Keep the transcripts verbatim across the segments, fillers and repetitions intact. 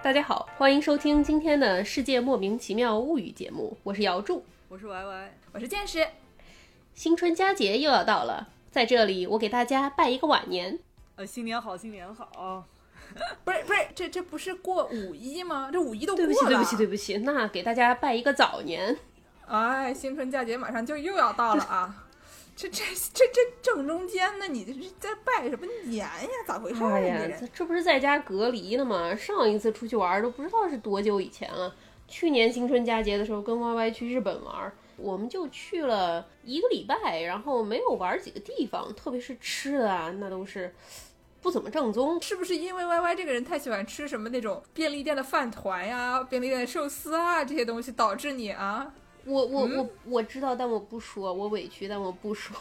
大家好，欢迎收听今天的世界莫名其妙物语节目，我是姚柱， 我是 Y Y， 我是剑师。 新春佳节又要到了，在这里我给大家拜一个晚年。 呃，新年好，新年好。不是不是，这这不是过五一吗？这五一都过了。 对不起对不起对不起，那给大家拜一个早年。 哎，新春佳节马上就又要到了啊！这这这这正中间呢，你这是在拜什么年呀？咋回事啊？ 哎呀，这这不是在家隔离呢吗？上一次出去玩都不知道是多久以前了。去年新春佳节的时候跟 Y Y 去日本玩，我们就去了一个礼拜，然后没有玩几个地方，特别是吃的啊，那都是不怎么正宗。 是不是因为 Y Y 这个人太喜欢吃什么那种便利店的饭团呀、便利店的寿司啊这些东西，导致你啊？ 我我、嗯、我我知道，但我不说，我委屈，但我不说。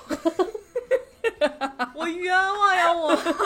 我冤枉呀我！什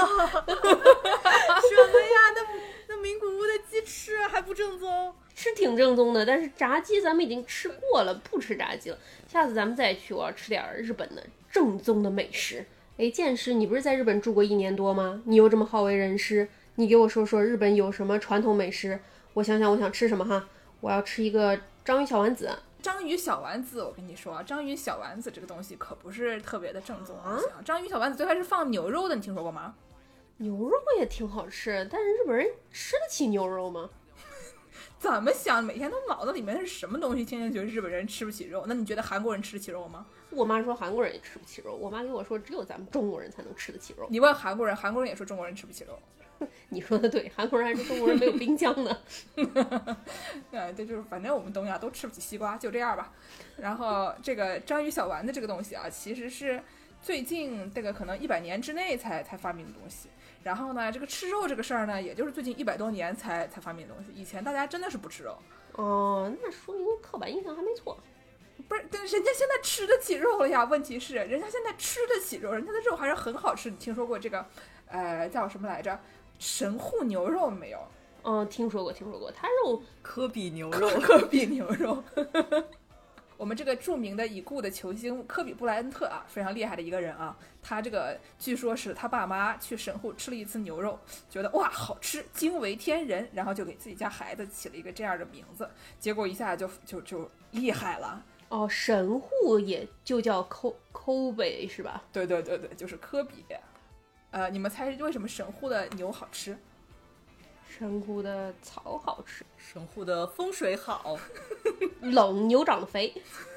么呀？那那名古屋的鸡翅还不正宗？ 是挺正宗的，但是炸鸡咱们已经吃过了，不吃炸鸡了。下次咱们再去，我要吃点日本的正宗的美食。哎，剑师，你不是在日本住过一年多吗？你又这么好为人师，你给我说说日本有什么传统美食？我想想，我想吃什么哈？我要吃一个章鱼小丸子。 章鱼小丸子，我跟你说，章鱼小丸子这个东西可不是特别的正宗啊！章鱼小丸子最开始放牛肉的，你听说过吗？ 牛肉也挺好吃，但是日本人吃得起牛肉吗？ 怎么想？每天都脑子里面是什么东西？天天觉得日本人吃不起肉，那你觉得韩国人吃得起肉吗？ 我妈说韩国人也吃不起肉，我妈跟我说只有咱们中国人才能吃得起肉。 你问韩国人，韩国人也说中国人吃不起肉。 你说的对，韩国人还说中国人没有冰箱呢。 对，这就是反正我们东亚都吃不起西瓜，就这样吧。然后这个章鱼小丸子这个东西啊，其实是最近这个可能一百年之内才才发明的东西。然后呢，这个吃肉这个事儿呢，也就是最近一百多年才才发明的东西。以前大家真的是不吃肉。 哦，那说明刻板印象还没错。 不是，但是人家现在吃得起肉了呀。问题是，人家现在吃得起肉，人家的肉还是很好吃。你听说过这个，呃，叫什么来着？神户牛肉没有？ 嗯，听说过，听说过。它肉科比牛肉， 科比牛肉。我们这个著名的已故的球星科比布莱恩特啊，非常厉害的一个人啊。他这个据说是他爸妈去神户吃了一次牛肉，觉得哇好吃，惊为天人，然后就给自己家孩子起了一个这样的名字，结果一下就就就厉害了。 哦，神户也就叫抠抠北是吧？ 对对对对，就是科比。呃，你们猜为什么神户的牛好吃？ 神户的草好吃， 神户的风水好， 冷牛长得肥。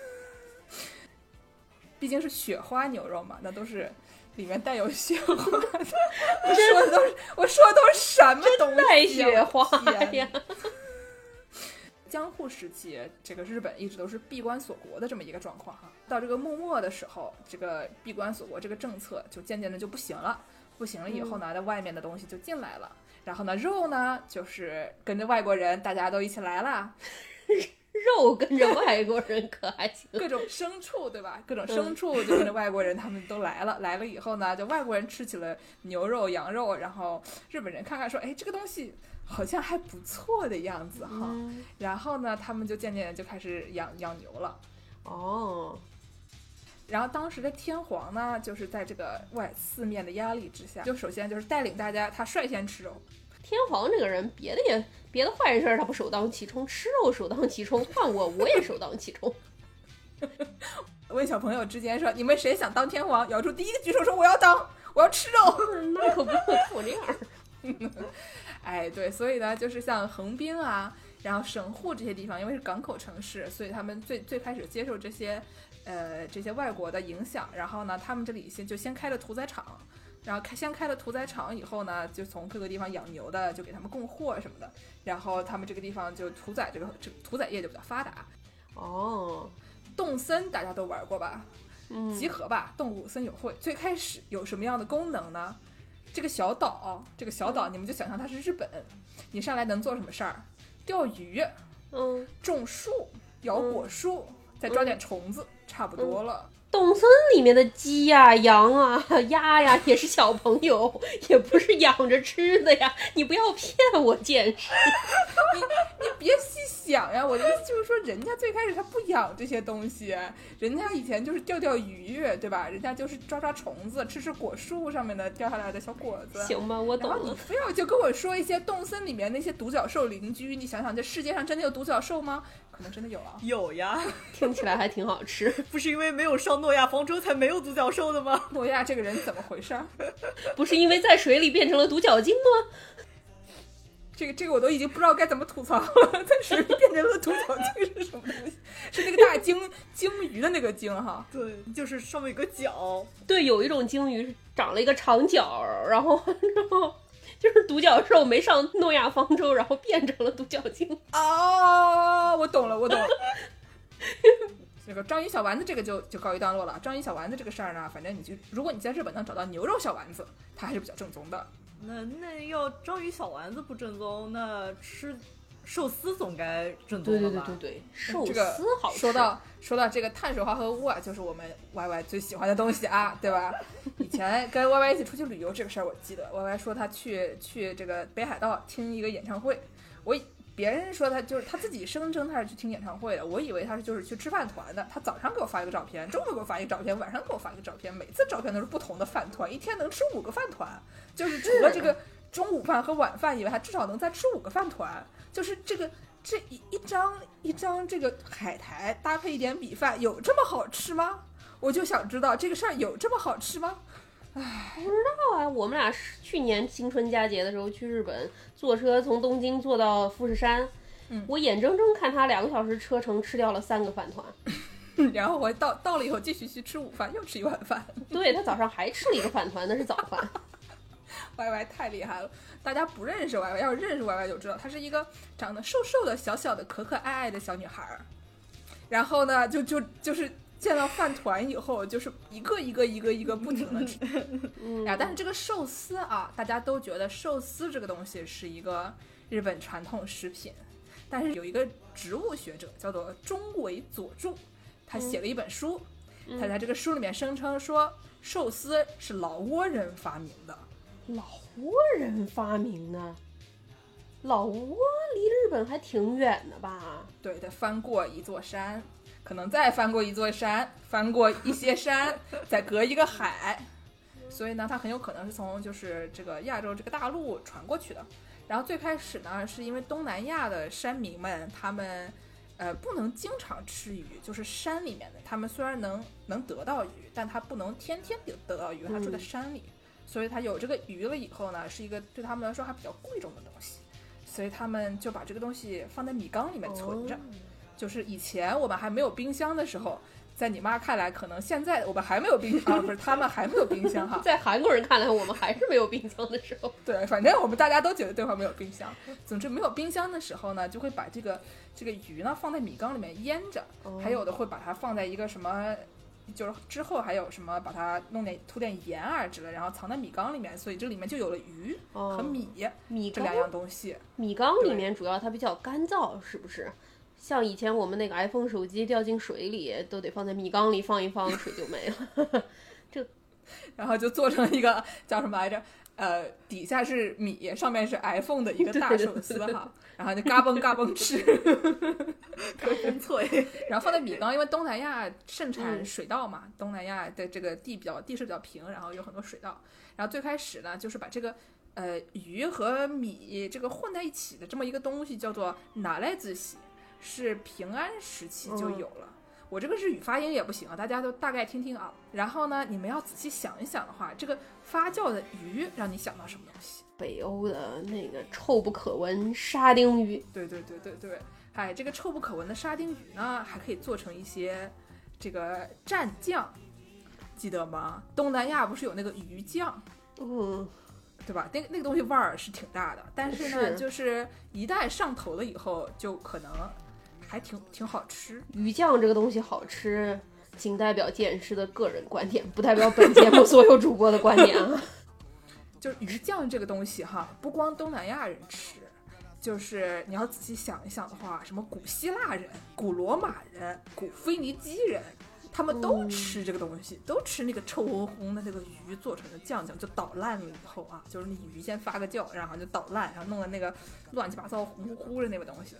毕竟是雪花牛肉嘛，那都是里面带有雪花的。我说的都是我说的都是什么东西、啊？ 带雪花呀！ 江户时期，这个日本一直都是闭关锁国的这么一个状况哈。到这个幕末的时候，这个闭关锁国这个政策就渐渐的就不行了。不行了以后呢，那、嗯、外面的东西就进来了，然后呢，肉呢就是跟着外国人，大家都一起来了。 肉跟着外国人可还行？ 各种牲畜对吧？各种牲畜就跟着外国人，他们都来了。来了以后呢，就外国人吃起了牛肉、羊肉，然后日本人看看说，哎，这个东西好像还不错的样子哈。嗯、然后呢，他们就渐渐的就开始养养牛了。 哦。 然后当时的天皇呢，就是在这个外四面的压力之下，就首先就是带领大家，他率先吃肉。 天皇这个人，别的也别的坏事他不首当其冲，吃肉首当其冲，换我我也首当其冲。 问小朋友之间说，你们谁想当天皇？姚柱第一个举手说我要当，我要吃肉。 那可不是我这样。 哎，对，所以呢，就是像横滨啊，然后神户这些地方，因为是港口城市，所以他们最最开始接受这些。呃，这些外国的影响，然后呢，他们这里先就先开了屠宰场，然后开先开了屠宰场以后呢，就从各个地方养牛的就给他们供货什么的，然后他们这个地方就屠宰这个这个屠宰业就比较发达。 哦， 动森大家都玩过吧？嗯，集合吧，动物森友会最开始有什么样的功能呢？这个小岛，这个小岛你们就想象它是日本，你上来能做什么事儿？钓鱼， 嗯， 种树，摇果树，嗯、再抓点虫子。嗯差不多了。 动森里面的鸡呀、羊啊、鸭呀，也是小朋友，也不是养着吃的呀！你不要骗我，剑士。 你你别细想养呀。我的意思就是说，人家最开始他不养这些东西，人家以前就是钓钓鱼，对吧？人家就是抓抓虫子，吃吃果树上面的掉下来的小果子。 行吧，我懂了。 然后你非要就跟我说一些动森里面那些独角兽邻居，你想想，这世界上真的有独角兽吗？可能真的有啊。 有呀， 听起来还挺好吃。 不是因为没有上诺亚方舟才没有独角兽的吗？ 诺亚这个人怎么回事？ 不是因为在水里变成了独角鲸吗？ 这个这个我都已经不知道该怎么吐槽了。在水里变成了独角鲸是什么东西？是那个大鲸鲸鱼的那个鲸哈？ 对，就是上面有个角。 对，有一种鲸鱼是长了一个长角，然后然后就是独角兽没上诺亚方舟，然后变成了独角鲸。 哦，我懂了，我懂了。这个章鱼小丸子这个就就告一段落了。章鱼小丸子这个事儿呢，反正你就如果你在日本能找到牛肉小丸子，它还是比较正宗的。 那那要章鱼小丸子不正宗，那吃寿司总该正宗了吧？ 对对对对对，寿这个司好吃。 说到说到这个碳水化合物啊，就是我们 Y Y 最喜欢的东西啊，对吧？以前跟 Y Y 一起出去旅游这个事儿，我记得 Y Y 说他去去这个北海道听一个演唱会，我别人说他就是他自己声称他是去听演唱会的，我以为他是就是去吃饭团的。他早上给我发一个照片，中午给我发一个照片，晚上给我发一个照片，每次照片都是不同的饭团，一天能吃五个饭团，就是除了这个中午饭和晚饭以外，他至少能再吃五个饭团。就是这个这一一张一张这个海苔搭配一点米饭，有这么好吃吗？我就想知道这个事儿有这么好吃吗？唉， 不知道啊，我们俩去年新春佳节的时候去日本，坐车从东京坐到富士山， 嗯， 我眼睁睁看他两个小时车程吃掉了三个饭团， 然后我到到了以后继续去吃午饭，又吃一碗饭。 对，他早上还吃了一个饭团，那是早饭。 Y Y 太厉害了，大家不认识 Y Y， 要是认识 Y Y 就知道，她是一个长得瘦瘦的、小小的、可可爱爱的小女孩。然后呢，就就就是见到饭团以后，就是一个一个一个一个不停的吃。 嗯， 呀，但是这个寿司啊，大家都觉得寿司这个东西是一个日本传统食品，但是有一个植物学者叫做中尾佐助，他写了一本书， 嗯、 他在这个书里面声称说，寿司是老挝人发明的。 老挝人发明的？老挝离日本还挺远的吧？ 对，得翻过一座山，可能再翻过一座山，翻过一些山，再隔一个海，所以呢，它很有可能是从就是这个亚洲这个大陆传过去的。然后最开始呢，是因为东南亚的山民们，他们呃不能经常吃鱼，就是山里面的，他们虽然能能得到鱼，但他不能天天得得到鱼，他住在山里。嗯，所以他有这个鱼了以后呢，是一个对他们来说还比较贵重的东西，所以他们就把这个东西放在米缸里面存着。哦，就是以前我们还没有冰箱的时候，在你妈看来，可能现在我们还没有冰啊，不是他们还没有冰箱哈。 在韩国人看来，我们还是没有冰箱的时候。 对，反正我们大家都觉得对方没有冰箱。总之，没有冰箱的时候呢，就会把这个这个鱼呢放在米缸里面腌着，哦，还有的会把它放在一个什么。就是之后还有什么把它弄点涂点盐啊之类，然后藏在米缸里面，所以这里面就有了鱼和米，哦，米这两样东西。 米缸里面主要它比较干燥，是不是？像以前我们那个 iPhone 手机掉进水里，都得放在米缸里放一放，水就没了。这， 然后就做成一个叫什么来着？呃，底下是米，上面是 iPhone 的一个大寿司哈，然后就嘎嘣嘎嘣吃， 特别脆。 然后放在米缸，因为东南亚盛产水稻嘛，嗯，东南亚的这个地比较地势比较平，然后有很多水稻。然后最开始呢，就是把这个呃鱼和米这个混在一起的这么一个东西叫做拿来子喜，是平安时期就有了。嗯，我这个日语发音也不行啊，大家都大概听听啊。然后呢，你们要仔细想一想的话，这个发酵的鱼让你想到什么东西？ 北欧的那个臭不可闻沙丁鱼。 对对对对对，哎，这个臭不可闻的沙丁鱼呢，还可以做成一些这个蘸酱，记得吗？东南亚不是有那个鱼酱？ 嗯， 对吧？那那个东西味儿是挺大的，但是呢，是就是一旦上头了以后，就可能。还挺挺好吃。 鱼酱这个东西好吃，仅代表剑师的个人观点，不代表本节目所有主播的观点啊。 就是鱼酱这个东西哈，不光东南亚人吃，就是你要仔细想一想的话，什么古希腊人、古罗马人、古腓尼基人，他们都吃这个东西，嗯、都吃那个臭烘烘的这个鱼做成的酱酱，就捣烂了以后啊，就是那鱼先发个酵，然后就捣烂，然后弄的那个乱七八糟糊糊的那个东西。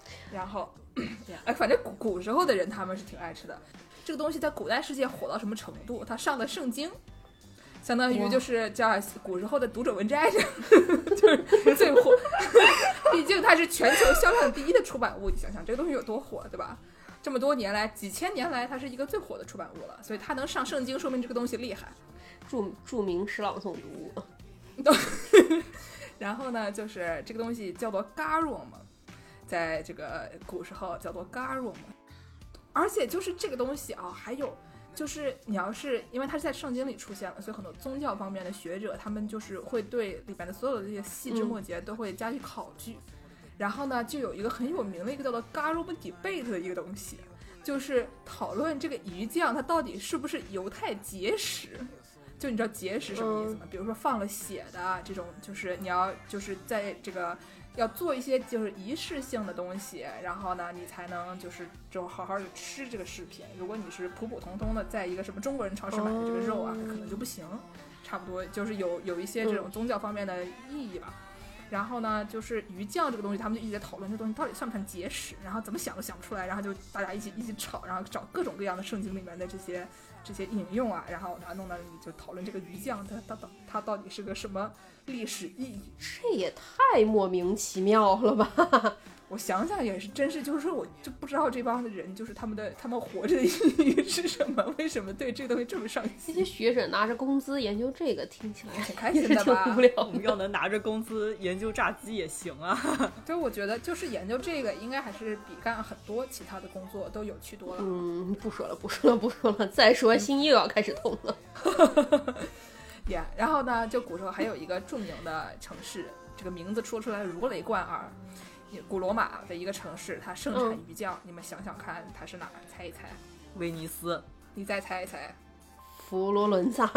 然后哎，反正古古时候的人他们是挺爱吃的。这个东西在古代世界火到什么程度？它上的圣经，相当于就是叫古时候的读者文摘，就是最火。毕竟它是全球销量第一的出版物，你想想这个东西有多火，对吧？这么多年来，几千年来，它是一个最火的出版物了，所以它能上圣经，说明这个东西厉害。 著著名诗朗诵读物。 然后呢，就是这个东西叫做 garum， 在这个古时候叫做 garum。而且就是这个东西啊，还有就是你要是因为它是在圣经里出现了，所以很多宗教方面的学者，他们就是会对里面的所有的这些细枝末节都会加以考据。嗯，然后呢，就有一个很有名的一个叫做 garum debate 的一个东西，就是讨论这个鱼酱它到底是不是犹太节食。就你知道节食什么意思吗？嗯、比如说放了血的这种，就是你要就是在这个要做一些就是仪式性的东西，然后呢你才能就是就好好的吃这个食品。如果你是普普通通的在一个什么中国人超市买的这个肉啊，嗯、可能就不行。差不多就是有有一些这种宗教方面的意义吧。嗯，然后呢，就是鱼酱这个东西，他们就一直在讨论这东西到底算不算节食，然后怎么想都想不出来，然后就大家一起一起吵，然后找各种各样的圣经里面的这些这些引用啊，然后然后弄到你就讨论这个鱼酱它它它它到底是个什么历史意义？ 这也太莫名其妙了吧！ 我想想也是，真是就是说，我就不知道这帮的人就是他们的他们活着的意义是什么？为什么对这个东西这么上心？ 这些学者拿着工资研究这个，听起来挺开心的吧？ 挺无聊的。 我们要能拿着工资研究炸鸡也行啊。 对，我觉得就是研究这个，应该还是比干很多其他的工作都有趣多了。 嗯，不说了，不说了，不说了。再说心又要开始痛了。 yeah, 然后呢，就古时候还有一个著名的城市，这个名字说出来如雷贯耳。古罗马的一个城市，它盛产鱼酱，嗯、你们想想看，它是哪儿？猜一猜。 威尼斯。 你再猜一猜。 佛罗伦萨。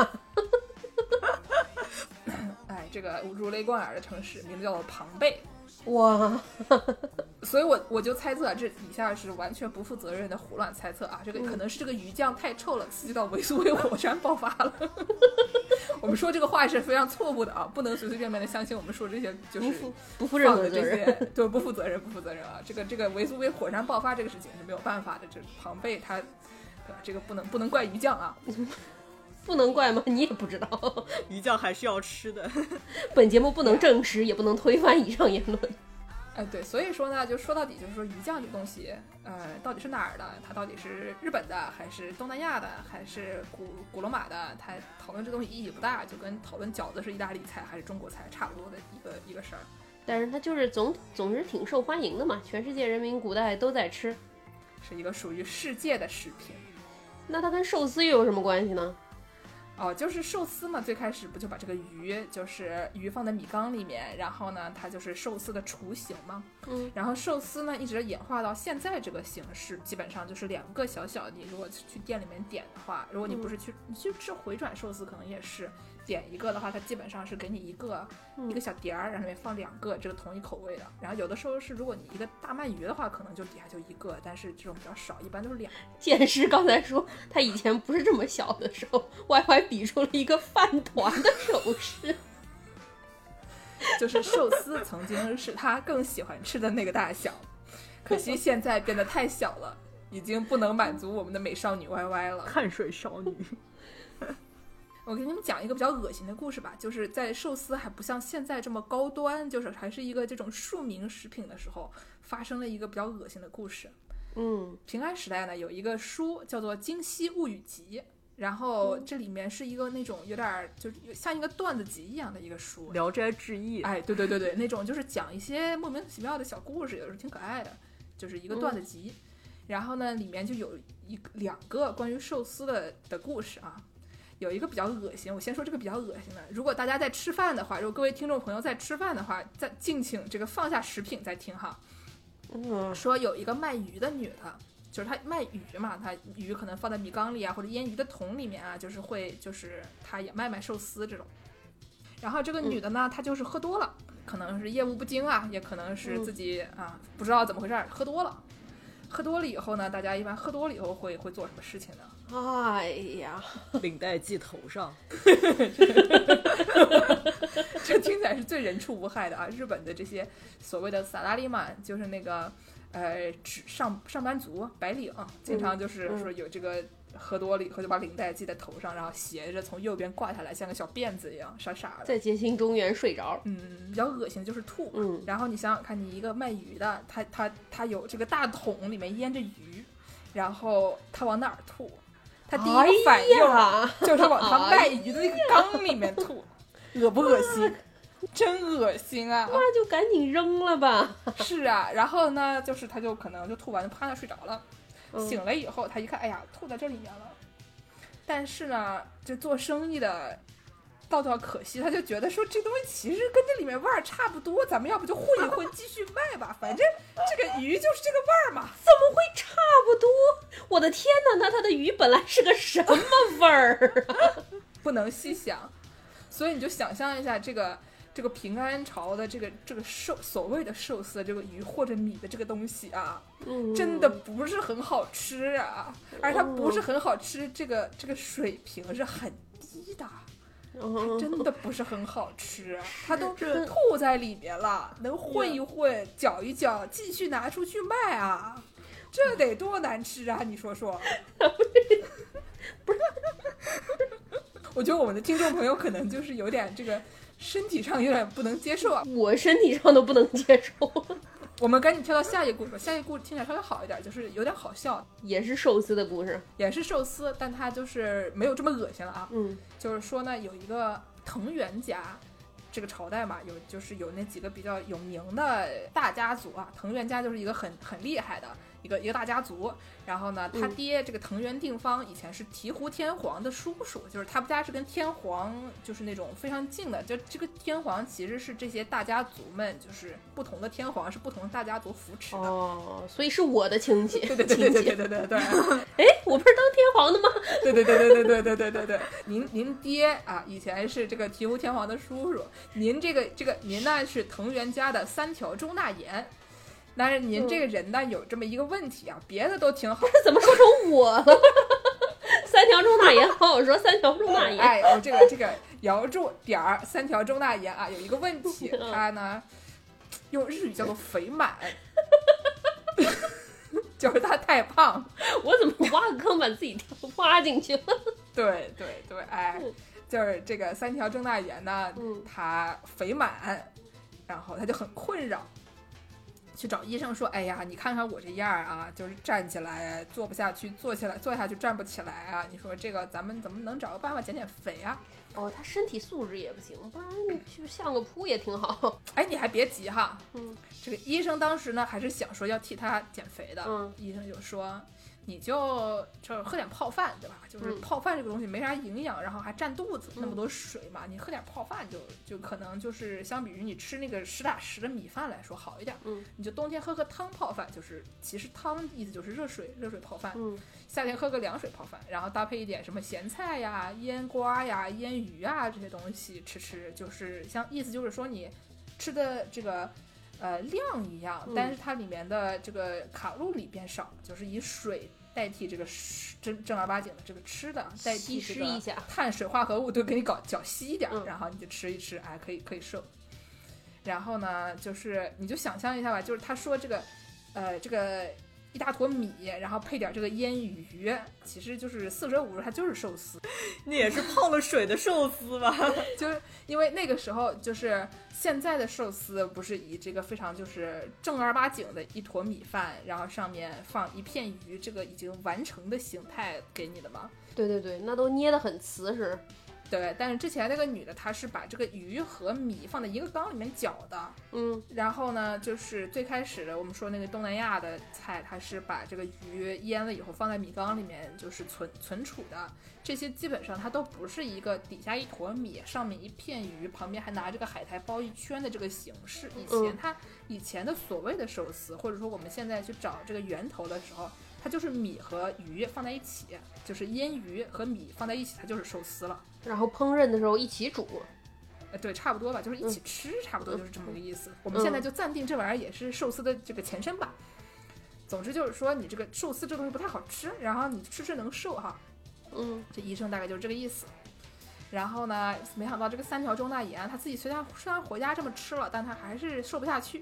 哎，这个如雷贯耳的城市名字叫做庞贝。 哇！ 所以我我就猜测，这以下是完全不负责任的胡乱猜测啊！这个可能是这个鱼酱太臭了，刺激到维苏威火山爆发了。我们说这个话是非常错误的啊，不能随随便便的相信我们说这些就是不负任何责任， 对，不负责任，不负责任啊！这个这个维苏威火山爆发这个事情是没有办法的，这庞贝它，对吧？这个不能不能怪鱼酱啊。 不能怪吗？你也不知道， 鱼酱还是要吃的。 本节目不能证实，也不能推翻以上言论。 哎，对，所以说呢，就说到底就是说鱼酱这个东西，呃，到底是哪儿的？它到底是日本的，还是东南亚的，还是古古罗马的？它讨论这东西意义不大，就跟讨论饺子是意大利菜还是中国菜差不多的一个一个事儿。 但是它就是总总是挺受欢迎的嘛，全世界人民古代都在吃， 是一个属于世界的食品。 那它跟寿司又有什么关系呢？ 哦，就是寿司嘛，最开始不就把这个鱼，就是鱼放在米缸里面，然后呢，它就是寿司的雏形嘛。嗯，然后寿司呢，一直演化到现在这个形式，基本上就是两个小小的。你如果去店里面点的话，如果你不是去，你去吃回转寿司，可能也是点一个的话，它基本上是给你一个、嗯、一个小碟儿，然后里面放两个这个同一口味的。然后有的时候是，如果你一个大鳗鱼的话，可能就底下就一个，但是这种比较少，一般都是两个。 剑师刚才说他以前不是这么小的时候，Y Y比出了一个饭团的手势， 就是寿司曾经是他更喜欢吃的那个大小，可惜现在变得太小了，已经不能满足我们的美少女 Y Y 了。 碳水少女。 我给你们讲一个比较恶心的故事吧，就是在寿司还不像现在这么高端，就是还是一个这种庶民食品的时候，发生了一个比较恶心的故事。 嗯， 平安时代呢，有一个书叫做《京西物语集》，然后这里面是一个那种有点就是像一个段子集一样的一个书， 《聊斋志异》。 哎，对对对对，那种就是讲一些莫名其妙的小故事，有时候挺可爱的，就是一个段子集。嗯、然后呢，里面就有一两个关于寿司的的故事啊。有一个比较恶心，我先说这个比较恶心的。如果大家在吃饭的话，如果各位听众朋友在吃饭的话，再敬请这个放下食品再听哈。 嗯， 说有一个卖鱼的女的，就是她卖鱼嘛，她鱼可能放在米缸里啊，或者腌鱼的桶里面啊，就是会就是她也卖卖寿司这种。然后这个女的呢，她就是喝多了，可能是业务不精啊，也可能是自己啊不知道怎么回事喝多了。喝多了以后呢，大家一般喝多了以后会会做什么事情呢？ 哎呀， 领带系头上。 这听起来是最人畜无害的啊！日本的这些所谓的萨拉利曼，就是那个呃，只上上班族白领，经常就是说有这个喝多了以后就把领带系在头上，然后斜着从右边挂下来，像个小辫子一样，傻傻的。 在街心中原睡着。 嗯，比较恶心就是吐。 嗯， 然后你想想看，你一个卖鱼的，他他他有这个大桶里面腌着鱼，然后他往哪儿吐？他第一个反应就是往他卖鱼的那个缸里面吐，恶不恶心？真恶心啊！ 那就赶紧扔了吧。 是啊，然后呢，就是他就可能就吐完就趴那睡着了， 嗯、 醒了以后他一看，哎呀，吐在这里面了。但是呢，就做生意的道道可惜，他就觉得说这东西其实跟这里面味儿差不多，咱们要不就混一混继续卖吧，反正这个鱼就是这个味儿嘛。 怎么会差不多？我的天哪，那它的鱼本来是个什么味儿啊？ 不能细想。所以你就想象一下这个这个平安朝的这个这个寿所谓的寿司的这个鱼或者米的这个东西啊， 嗯、 真的不是很好吃啊，而它不是很好吃，这个这个水平是很低的。它真的不是很好吃，它都吐在里面了，能混一混搅一搅继续拿出去卖啊，这得多难吃啊，你说说。不是我觉得我们的听众朋友可能就是有点这个身体上有点不能接受啊， 我身体上都不能接受。 我们赶紧跳到下一个故事，下一个故事听起来稍微好一点，就是有点好笑， 也是寿司的故事， 也是寿司，但它就是没有这么恶心了啊。 嗯， 就是说呢，有一个藤原家，这个朝代嘛，有就是有那几个比较有名的大家族啊，藤原家就是一个很很厉害的一个一个大家族。然后呢，他爹这个藤原定方以前是醍醐天皇的叔叔，就是他们家是跟天皇就是那种非常近的，就这个天皇其实是这些大家族们，就是不同的天皇是不同的大家族扶持的。 哦，所以是我的亲戚。 对对对对对对对对对。 哎，我不是当天皇的吗？ 对对对对对对对对对对。您您爹啊，以前是这个醍醐天皇的叔叔，您这个这个您呢是藤原家的三条中纳言。但是您这个人呢、嗯、有这么一个问题啊，别的都挺好， 怎么说成我了？三条中纳言好，我说三条中纳言。 哎，我这个这个摇住点儿三条中纳言啊，有一个问题，它呢用日语叫做肥满，就是他太胖。 我怎么挖个坑把自己挖进去了？ 对对对，哎，就是这个三条中纳言呢， 嗯、 他肥满，然后他就很困扰。去找医生说，哎呀，你看看我这样啊，就是站起来坐不下去，坐起来坐下去站不起来啊，你说这个咱们怎么能找个办法减减肥啊？ 哦，他身体素质也不行，不然就像个扑也挺好。 哎，你还别急哈， 嗯， 这个医生当时呢还是想说要替他减肥的， 嗯， 医生就说你就就喝点泡饭，对吧？就是泡饭这个东西没啥营养，然后还占肚子，那么多水嘛，你喝点泡饭就就可能就是相比于你吃那个实打实的米饭来说好一点。 嗯， 你就冬天喝个汤泡饭，就是其实汤意思就是热水热水泡饭。 嗯， 夏天喝个凉水泡饭，然后搭配一点什么咸菜呀、腌瓜呀、腌鱼啊这些东西吃吃，就是像意思就是说你吃的这个。呃，量一样，但是它里面的这个卡路里变少，嗯、就是以水代替这个正正儿八经的这个吃的，代替这个碳水化合物，都给你搞搅稀一点， 嗯、 然后你就吃一吃，哎，可以可以瘦。然后呢，就是你就想象一下吧，就是他说这个，呃，这个一大坨米，然后配点这个腌鱼，其实就是四舍五入，它就是寿司。 那也是泡了水的寿司吧？ 就是因为那个时候就是现在的寿司不是以这个非常就是正儿八经的一坨米饭，然后上面放一片鱼，这个已经完成的形态给你的吗？ 对对对，那都捏得很瓷实。 对，但是之前那个女的她是把这个鱼和米放在一个缸里面搅的， 嗯， 然后呢，就是最开始的我们说那个东南亚的菜，它是把这个鱼腌了以后放在米缸里面就是存存储的，这些基本上它都不是一个底下一坨米，上面一片鱼，旁边还拿这个海苔包一圈的这个形式。以前它以前的所谓的寿司，或者说我们现在去找这个源头的时候，它就是米和鱼放在一起，就是腌鱼和米放在一起，它就是寿司了。 然后烹饪的时候一起煮， 呃，对，差不多吧，就是一起吃， 嗯、 差不多就是这么个意思。嗯、我们现在就暂定这玩意儿也是寿司的这个前身吧。总之就是说，你这个寿司这东西不太好吃，然后你吃吃能瘦哈。 嗯， 这医生大概就是这个意思。然后呢，没想到这个三条中纳言他自己虽然虽然回家这么吃了，但他还是瘦不下去。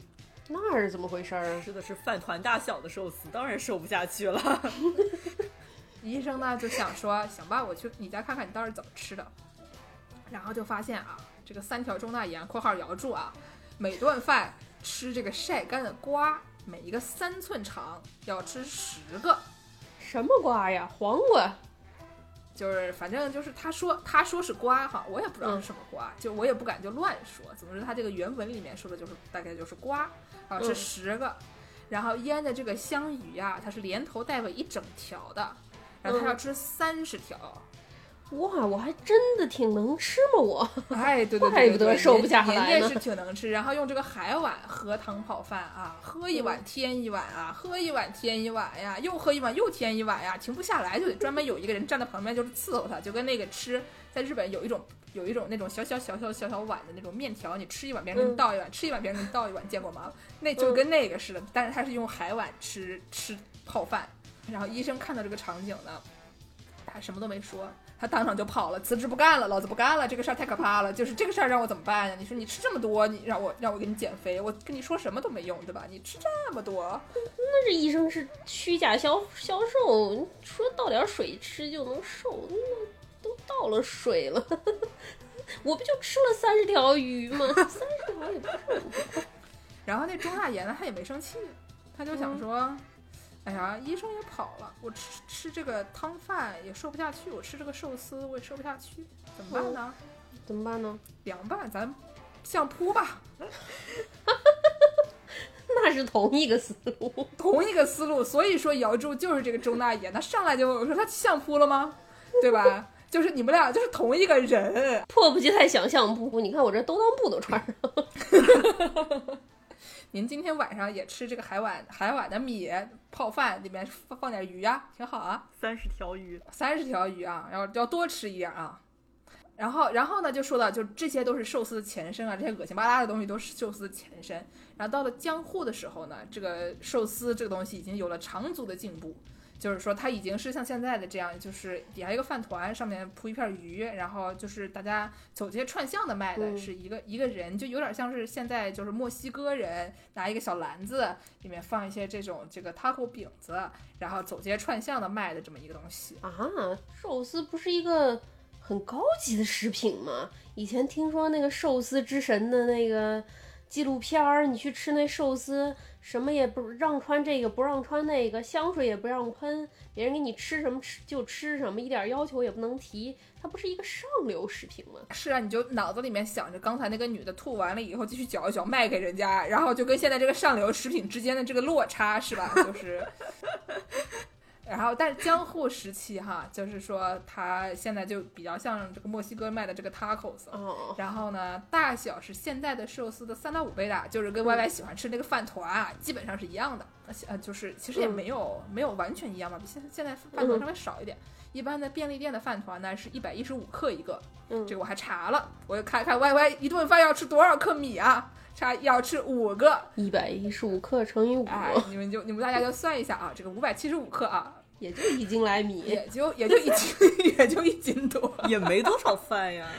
那是怎么回事啊？ 吃的是饭团大小的寿司，当然瘦不下去了。 医生呢就想说，行吧，我去你家看看你到底怎么吃的。然后就发现啊，这个三条中大盐（括号摇住啊），每顿饭吃这个晒干的瓜，每一个三寸长，要吃十个。 什么瓜呀？黄瓜。 就是反正就是他说他说是瓜哈，我也不知道是什么瓜，嗯、就我也不敢就乱说。总之他这个原文里面说的就是大概就是瓜，然后吃十个，嗯、然后腌的这个香鱼呀、啊，它是连头带尾一整条的，然后他要吃三十条。 嗯、哇，我还真的挺能吃嘛我。 哎，对对对对， 怪不得瘦不下来呢。 人家是挺能吃，然后用这个海碗喝汤泡饭啊，喝一碗添一碗啊，喝一碗添一碗呀，又喝一碗又添一碗呀，停不下来，就得专门有一个人站在旁边就是伺候他，就跟那个吃在日本有一种有一种那种小小小小小小碗的那种面条，你吃一碗别人给你倒一碗，嗯、吃一碗别人给你倒一碗，见过吗？那就跟那个似的，但是他是用海碗吃吃泡饭。然后医生看到这个场景呢，他什么都没说。他当场就跑了，辞职不干了，老子不干了，这个事儿太可怕了，就是这个事儿让我怎么办呀？你说你吃这么多，你让我让我给你减肥，我跟你说什么都没用，对吧？你吃这么多， 那这医生是虚假销销售，说倒点水吃就能瘦，都倒了水了，我不就吃了三十条鱼吗？三十条也不是很多。 然后那钟大爷呢，他也没生气，他就想说。嗯哎呀，医生也跑了，我吃吃这个汤饭也瘦不下去，我吃这个寿司我也瘦不下去，怎么办呢？ 嗯、怎么办呢？ 凉拌，咱相扑吧。 那是同一个思路， 同一个思路。所以说姚柱就是这个钟大爷，他上来就问我说他相扑了吗？对吧？就是你们俩就是同一个人， 迫不及待想相扑。你看我这兜裆布都穿上了。 您今天晚上也吃这个海碗海碗的米泡饭，里面放放点鱼啊，挺好啊。 三十条鱼， 三十条鱼啊，要要多吃一点啊。然后然后呢，就说到就这些都是寿司的前身啊，这些恶心巴拉的东西都是寿司的前身。然后到了江户的时候呢，这个寿司这个东西已经有了长足的进步。就是说它已经是像现在的这样，就是底下一个饭团，上面铺一片鱼，然后就是大家走街串巷的卖的是一个、嗯、一个人，就有点像是现在就是墨西哥人拿一个小篮子，里面放一些这种这个 taco 饼子，然后走街串巷的卖的这么一个东西啊。寿司不是一个很高级的食品吗？以前听说那个寿司之神的那个纪录片儿，你去吃那寿司，什么也不让穿这个，不让穿那个，香水也不让喷，别人给你吃什么吃就吃什么，一点要求也不能提，它不是一个上流食品吗？ 是啊，你就脑子里面想着刚才那个女的吐完了以后继续搅一搅卖给人家，然后就跟现在这个上流食品之间的这个落差是吧？就是然后但是江户时期哈，就是说它现在就比较像这个墨西哥卖的这个 tacos，、oh. 然后呢大小是现在的寿司的三到五倍大，就是跟 Y Y 喜欢吃那个饭团啊、嗯、基本上是一样的，呃就是其实也没有、嗯、没有完全一样吧，比现现在饭团稍微少一点、嗯、一般的便利店的饭团呢是一百一十五克一个、嗯、这个我还查了，我就看看 Y Y 一顿饭要吃多少克米啊，查要吃五个， 一百一十五克乘以五、 哎、你们就你们大家就算一下啊，这个五百七十五克啊， 也就一斤来米， 也就也就一斤，也就一斤多， 也没多少饭呀。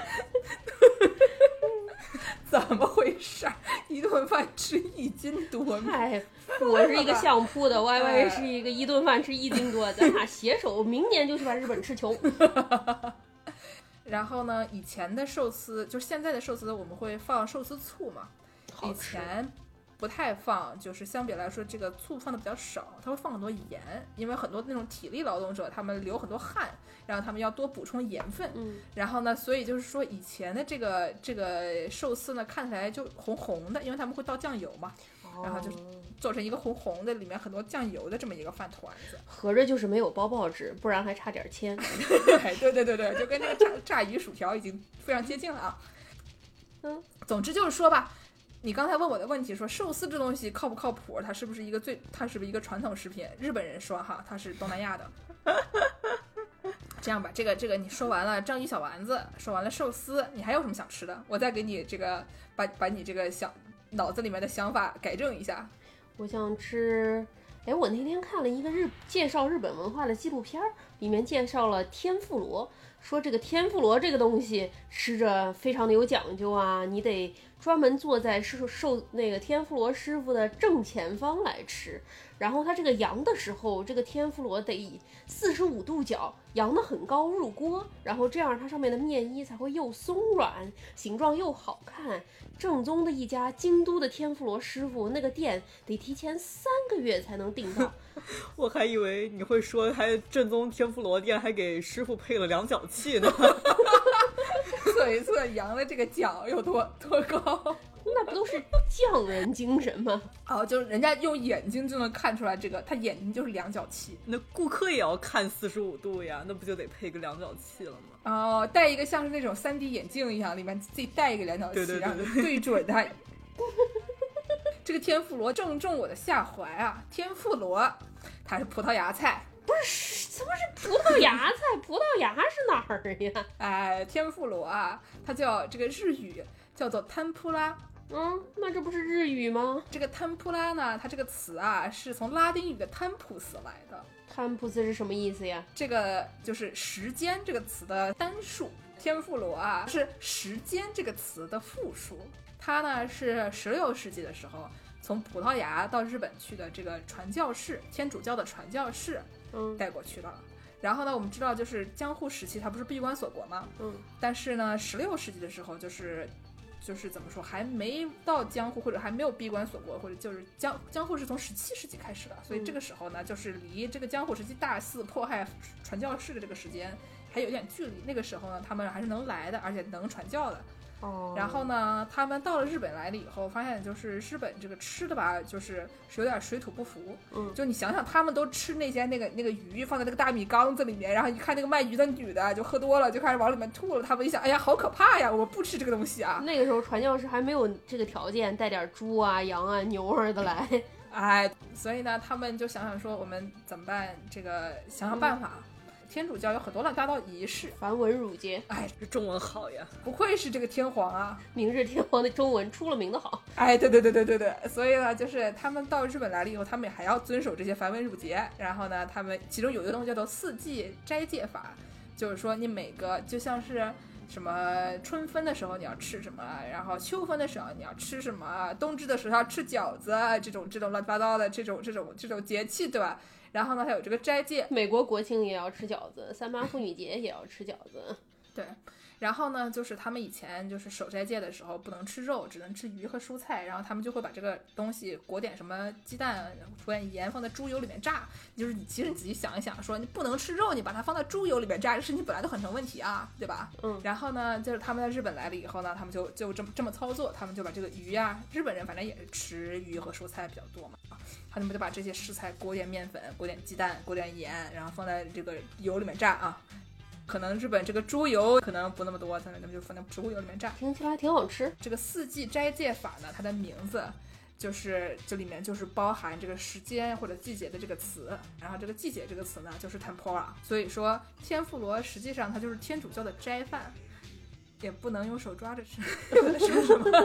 怎么回事？一顿饭吃一斤多米？ 哎，我是一个相扑的 ，Y Y 是一个一顿饭吃一斤多，咱俩携手，明年就去把日本吃穷。 然后呢，以前的寿司，就是现在的寿司，我们会放寿司醋嘛？以前不太放，就是相比来说这个醋放的比较少，它会放很多盐，因为很多那种体力劳动者他们流很多汗，然后他们要多补充盐分、嗯、然后呢所以就是说以前的这个这个寿司呢看起来就红红的，因为他们会倒酱油嘛、哦、然后就做成一个红红的里面很多酱油的这么一个饭团子， 合着就是没有包报纸，不然还差点铅。 对对对对，就跟那个炸炸鱼薯条已经非常接近了啊。嗯，总之就是说吧，你刚才问我的问题说寿司这东西靠不靠谱，它是不是一个最它是不是一个传统食品，日本人说哈它是东南亚的。这样吧，这个这个你说完了章鱼小丸子，说完了寿司，你还有什么想吃的？我再给你这个把把你这个想脑子里面的想法改正一下。 我想吃，哎，我那天看了一个日介绍日本文化的纪录片，里面介绍了天妇罗，说这个天妇罗这个东西吃着非常的有讲究啊，你得专门坐在受受那个天妇罗师傅的正前方来吃。然后他这个扬的时候，这个天妇罗得以四十五度角扬得很高入锅，然后这样它上面的面衣才会又松软，形状又好看。正宗的一家京都的天妇罗师傅，那个店得提前三个月才能订到。 我还以为你会说还正宗天妇罗店还给师傅配了量角器呢。 测一测羊的这个角有多多高。 那不都是匠人精神吗？ 哦，就是人家用眼睛就能看出来，这个他眼睛就是量角器。 那顾客也要看四十五度呀，那不就得配个量角器了吗？ 哦，戴一个像是那种 三 D 眼镜一样，里面自己带一个量角器， 对对对对， 然后对准它。这个天妇罗正中我的下怀啊！天妇罗，它是葡萄牙菜。 不是，怎么是葡萄牙菜？葡萄牙是哪儿呀？ 哎，天妇罗啊，它叫这个日语叫做摊扑拉。 嗯，那这不是日语吗？ 这个摊扑拉呢，它这个词啊是从拉丁语的摊普斯来的。 摊普斯是什么意思呀？ 这个就是时间这个词的单数。天妇罗啊是时间这个词的复数。它呢是十六世纪的时候从葡萄牙到日本去的这个传教士，天主教的传教士带过去的。嗯，然后呢，我们知道就是江户时期它不是闭关锁国吗？ 嗯， 但是呢，十六世纪的时候就是就是怎么说，还没到江户，或者还没有闭关锁国，或者就是江江户是从十七世纪开始的，所以这个时候呢，就是离这个江户时期大肆迫害传教士的这个时间还有点距离。那个时候呢，他们还是能来的，而且能传教的。 哦， 然后呢，他们到了日本来了以后，发现就是日本这个吃的吧，就是是有点水土不服。 嗯， 就你想想，他们都吃那些那个那个鱼放在那个大米缸子里面，然后一看那个卖鱼的女的就喝多了，就开始往里面吐了。他们一想，哎呀，好可怕呀，我不吃这个东西啊。 那个时候传教士还没有这个条件，带点猪啊、羊啊、牛儿的来。 哎，所以呢，他们就想想说，我们怎么办？这个想想办法。嗯，天主教有很多乱七八糟仪式， 繁文缛节。 哎， 这中文好呀， 不愧是这个天皇啊！ 明日天皇的中文出了名的好。 哎，对对对对对对，所以呢，就是他们到日本来了以后，他们也还要遵守这些繁文缛节。然后呢，他们其中有一个东西叫做四季斋戒法，就是说你每个就像是什么春分的时候你要吃什么，然后秋分的时候你要吃什么，冬至的时候要吃饺子，这种这种乱七八糟的这种这种这种节气，对吧？然后呢，还有这个斋戒， 美国国庆也要吃饺子，三八妇女节也要吃饺子。 对，然后呢，就是他们以前就是守斋戒的时候不能吃肉，只能吃鱼和蔬菜，然后他们就会把这个东西裹点什么鸡蛋、涂点盐，放在猪油里面炸。就是你其实你仔细想一想，说你不能吃肉，你把它放在猪油里面炸，这事情本来就很成问题啊，对吧？ 嗯。 然后呢，就是他们在日本来了以后呢，他们就就这么这么操作，他们就把这个鱼呀、啊，日本人反正也是吃鱼和蔬菜比较多嘛。他们就把这些食材裹点面粉，裹点鸡蛋，裹点盐，然后放在这个油里面炸啊。可能日本这个猪油可能不那么多，他们就放在植物油里面炸， 听起来挺好吃。 这个四季斋戒法呢，它的名字就是这里面就是包含这个时间或者季节的这个词，然后这个季节这个词呢就是 tempura， 所以说天妇罗实际上它就是天主教的斋饭，也不能用手抓着吃，说什么？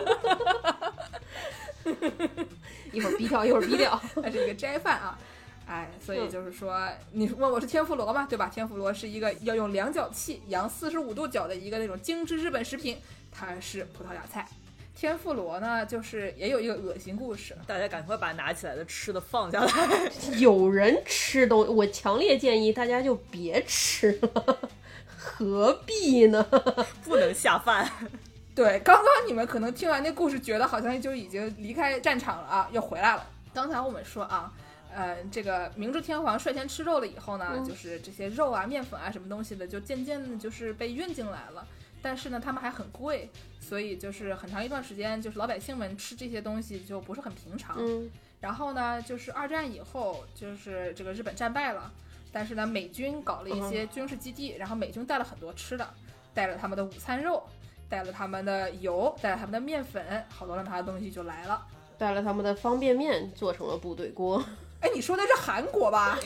一会儿逼掉，一会儿逼掉， 它是一个斋饭啊。哎，所以就是说，你问我是天妇罗嘛，对吧？天妇罗是一个要用量角器扬四十五度角的一个那种精致日本食品，它是葡萄牙菜。天妇罗呢，就是也有一个恶心故事， 大家赶快把拿起来的吃的放下来。 有人吃东西，我强烈建议大家就别吃了，何必呢？ 不能下饭。 对，刚刚你们可能听完那故事，觉得好像就已经离开战场了啊，又回来了。刚才我们说啊。呃，这个明治天皇率先吃肉了以后呢，嗯、就是这些肉啊、面粉啊什么东西的，就渐渐的就是被运进来了。但是呢，他们还很贵，所以就是很长一段时间，就是老百姓们吃这些东西就不是很平常。 嗯。 然后呢，就是二战以后，就是这个日本战败了，但是呢，美军搞了一些军事基地，嗯、然后美军带了很多吃的，带了他们的午餐肉，带了他们的油，带了他们的面粉，好多乱七八糟的东西就来了。 带了他们的方便面，做成了部队锅。 哎，你说的是韩国吧？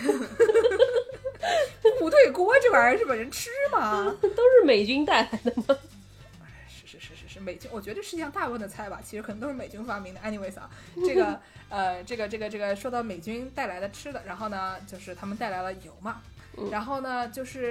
部队锅这玩意儿日本人吃吗？ 都是美军带来的吗？ 是是是是是美军，我觉得世界上大部分的菜吧，其实可能都是美军发明的。anyways 啊，这个呃，这个这个这个说到美军带来的吃的，然后呢，就是他们带来了油嘛，然后呢，就是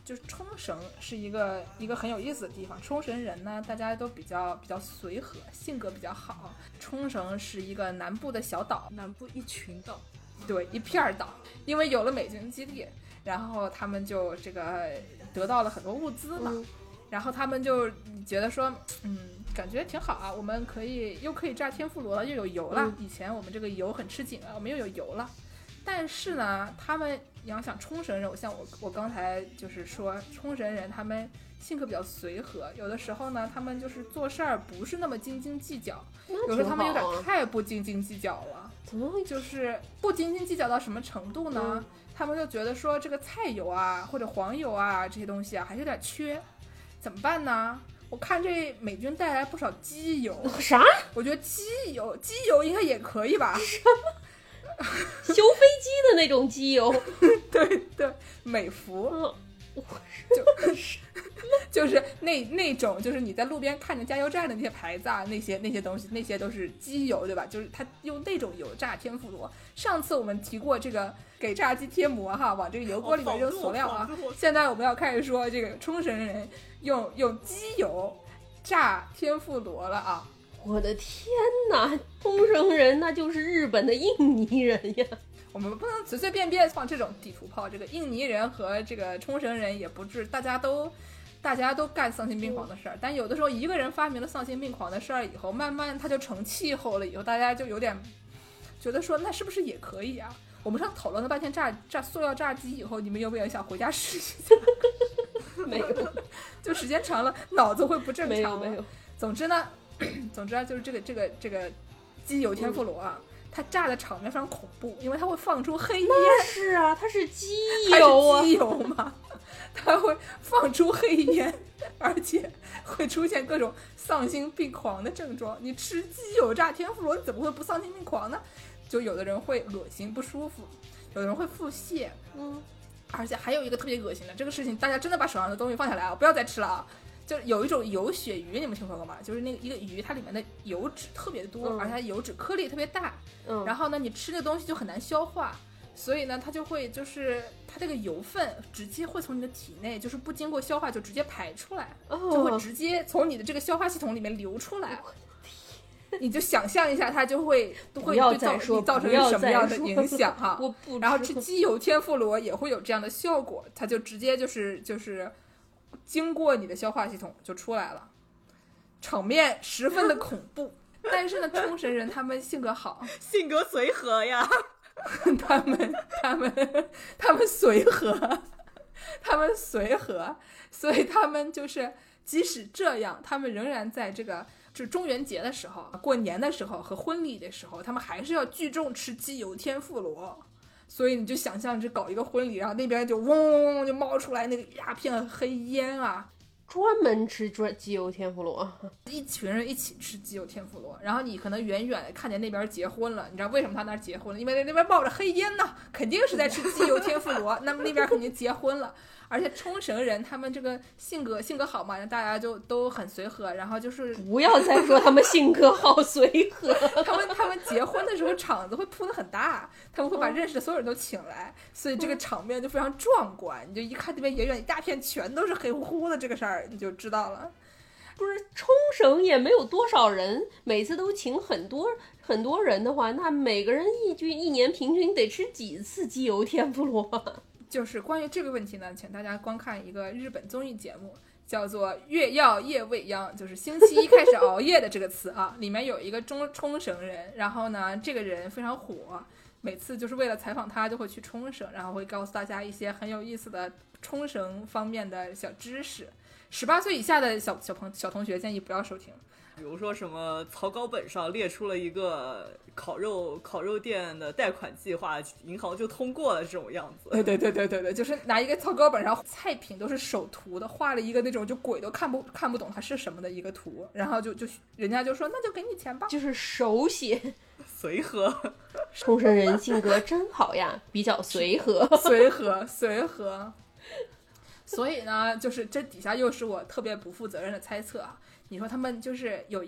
就是冲绳是一个一个很有意思的地方。冲绳人呢，大家都比较比较随和，性格比较好。冲绳是一个南部的小岛， 南部一群岛， 对，一片岛。因为有了美军基地，然后他们就这个得到了很多物资嘛，嗯、然后他们就觉得说，嗯，感觉挺好啊，我们可以又可以炸天妇罗了，又有油了。嗯、以前我们这个油很吃紧了，我们又有油了。但是呢，他们你要想冲绳人，像我我刚才就是说，冲绳人他们性格比较随和，有的时候呢，他们就是做事儿不是那么斤斤计较，有时候他们有点太不斤斤计较了。 怎么会？ 就是不斤斤计较到什么程度呢？嗯、他们就觉得说这个菜油啊或者黄油啊这些东西啊还是有点缺，怎么办呢？我看这美军带来不少机油。 啥？ 我觉得机油机油应该也可以吧？ 什么？修飞机的那种机油？ 对对，美孚。 嗯， 就就是那那种，就是你在路边看着加油站的那些牌子啊，那些那些东西，那些都是机油，对吧？就是他用那种油炸天妇罗。上次我们提过这个给炸鸡贴膜哈，往这个油锅里面扔塑料啊。现在我们要开始说这个冲绳人用用机油炸天妇罗了啊！ 我的天哪，冲绳人那就是日本的印尼人呀！ 我们不能随随便便放这种地图炮。这个印尼人和这个冲绳人也不是大家都大家都干丧心病狂的事儿，但有的时候一个人发明了丧心病狂的事儿以后，慢慢他就成气候了，以后大家就有点觉得说，那是不是也可以啊？我们上讨论了半天炸炸塑料炸鸡以后，你们有没有想回家试一下？ 没有， 就时间长了脑子会不正常。 没有没有。 总之呢。总之啊，就是这个这个这个机油天妇罗啊，嗯、它炸的场面非常恐怖，因为它会放出黑烟。 是啊，它是机油啊， 它是机油嘛，它会放出黑烟，而且会出现各种丧心病狂的症状。你吃机油炸天妇罗，你怎么会不丧心病狂呢？就有的人会恶心不舒服，有的人会腹泻， 嗯， 而且还有一个特别恶心的，这个事情大家真的把手上的东西放下来啊，不要再吃了啊！就有一种油鳕鱼，你们听说过吗？就是那个一个鱼，它里面的油脂特别多，嗯、而且它油脂颗粒特别大。 嗯， 然后呢，你吃这个东西就很难消化，所以呢，它就会就是它这个油分直接会从你的体内，就是不经过消化就直接排出来， 哦、 就会直接从你的这个消化系统里面流出来。你就想象一下，它就会会对造你造成什么样的影响哈？ 我不然后吃鸡油天妇罗也会有这样的效果，它就直接就是就是。经过你的消化系统就出来了，场面十分的恐怖。但是呢，冲绳人他们性格好， 性格随和呀， 他们他们他们随和，他们随和，所以他们就是即使这样，他们仍然在这个就中元节的时候、过年的时候和婚礼的时候，他们还是要聚众吃鸡油天妇罗。所以你就想象这搞一个婚礼，然后那边就嗡嗡嗡就冒出来那个一大片黑烟啊， 专门吃鸡油天妇罗， 一群人一起吃鸡油天妇罗，然后你可能远远的看见那边结婚了，你知道为什么他那儿结婚了？因为那边冒着黑烟呢，肯定是在吃鸡油天妇罗，那么那边肯定结婚了。而且冲绳人他们这个性格性格好嘛，大家就都很随和，然后就是不要再说他们性格好随和， 他们他们结婚的时候场子会铺得很大，他们会把认识的所有人都请来，所以这个场面就非常壮观。你就一看这边远远一大片全都是黑乎乎的这个事儿，你就知道了。 不是冲绳也没有多少人，每次都请很多很多人的话，那每个人一均一年平均得吃几次鸡油天妇罗？ 就是关于这个问题呢，请大家观看一个日本综艺节目，叫做《月曜夜未央》，就是星期一开始熬夜的这个词啊。里面有一个中冲绳人，然后呢，这个人非常火，每次就是为了采访他，就会去冲绳，然后会告诉大家一些很有意思的冲绳方面的小知识。十八岁以下的小小朋小同学建议不要收听。 比如说什么草稿本上列出了一个烤肉烤肉店的贷款计划，银行就通过了这种样子。 对对对对对对，就是拿一个草稿本上菜品都是手涂的，画了一个那种就鬼都看不看不懂它是什么的一个图，然后就就人家就说那就给你钱吧， 就是手写。 随和， 冲绳人性格真好呀，比较随和， 随和随和。所以呢，就是这底下又是我特别不负责任的猜测啊。你说他们就是有一个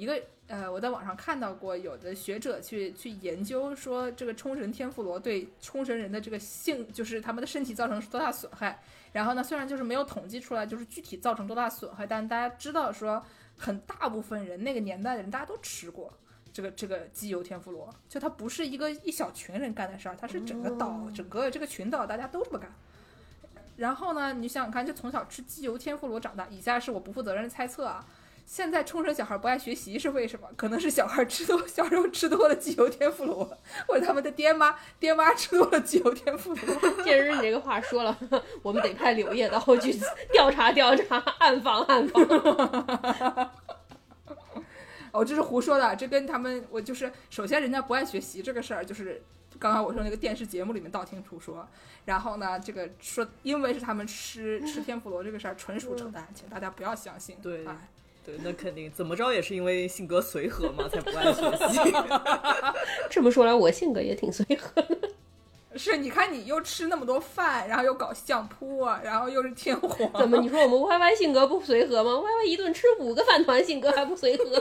呃，我在网上看到过有的学者去去研究说，这个冲绳天妇罗对冲绳人的这个性，就是他们的身体造成多大损害。然后呢，虽然就是没有统计出来就是具体造成多大损害，但大家知道说，很大部分人那个年代的人大家都吃过这个这个鸡油天妇罗，就它不是一个一小群人干的事儿，它是整个岛、哦、整个这个群岛大家都这么干。然后呢，你想想看，就从小吃鸡油天妇罗长大，以下是我不负责任的猜测啊。现在冲绳小孩不爱学习是为什么？可能是小孩吃多，小时候吃多了鸡油天妇罗，或者他们的爹妈爹妈吃多了鸡油天妇罗。 见人你这个话说了，我们得派柳叶刀去调查调查，暗访暗访。 哦，这是胡说的，这跟他们我就是首先人家不爱学习这个事儿，就是刚刚我说那个电视节目里面道听途说。然后呢，这个说因为是他们吃吃天妇罗这个事儿纯属扯淡，请大家不要相信。 对。 哎对，那肯定怎么着也是因为性格随和嘛，才不爱学习。 这么说来，我性格也挺随和的。 是，你看你又吃那么多饭，然后又搞相扑啊，然后又是天皇。 怎么？你说我们 Y Y 性格不随和吗 ？Y Y 一顿吃五个饭团，性格还不随和？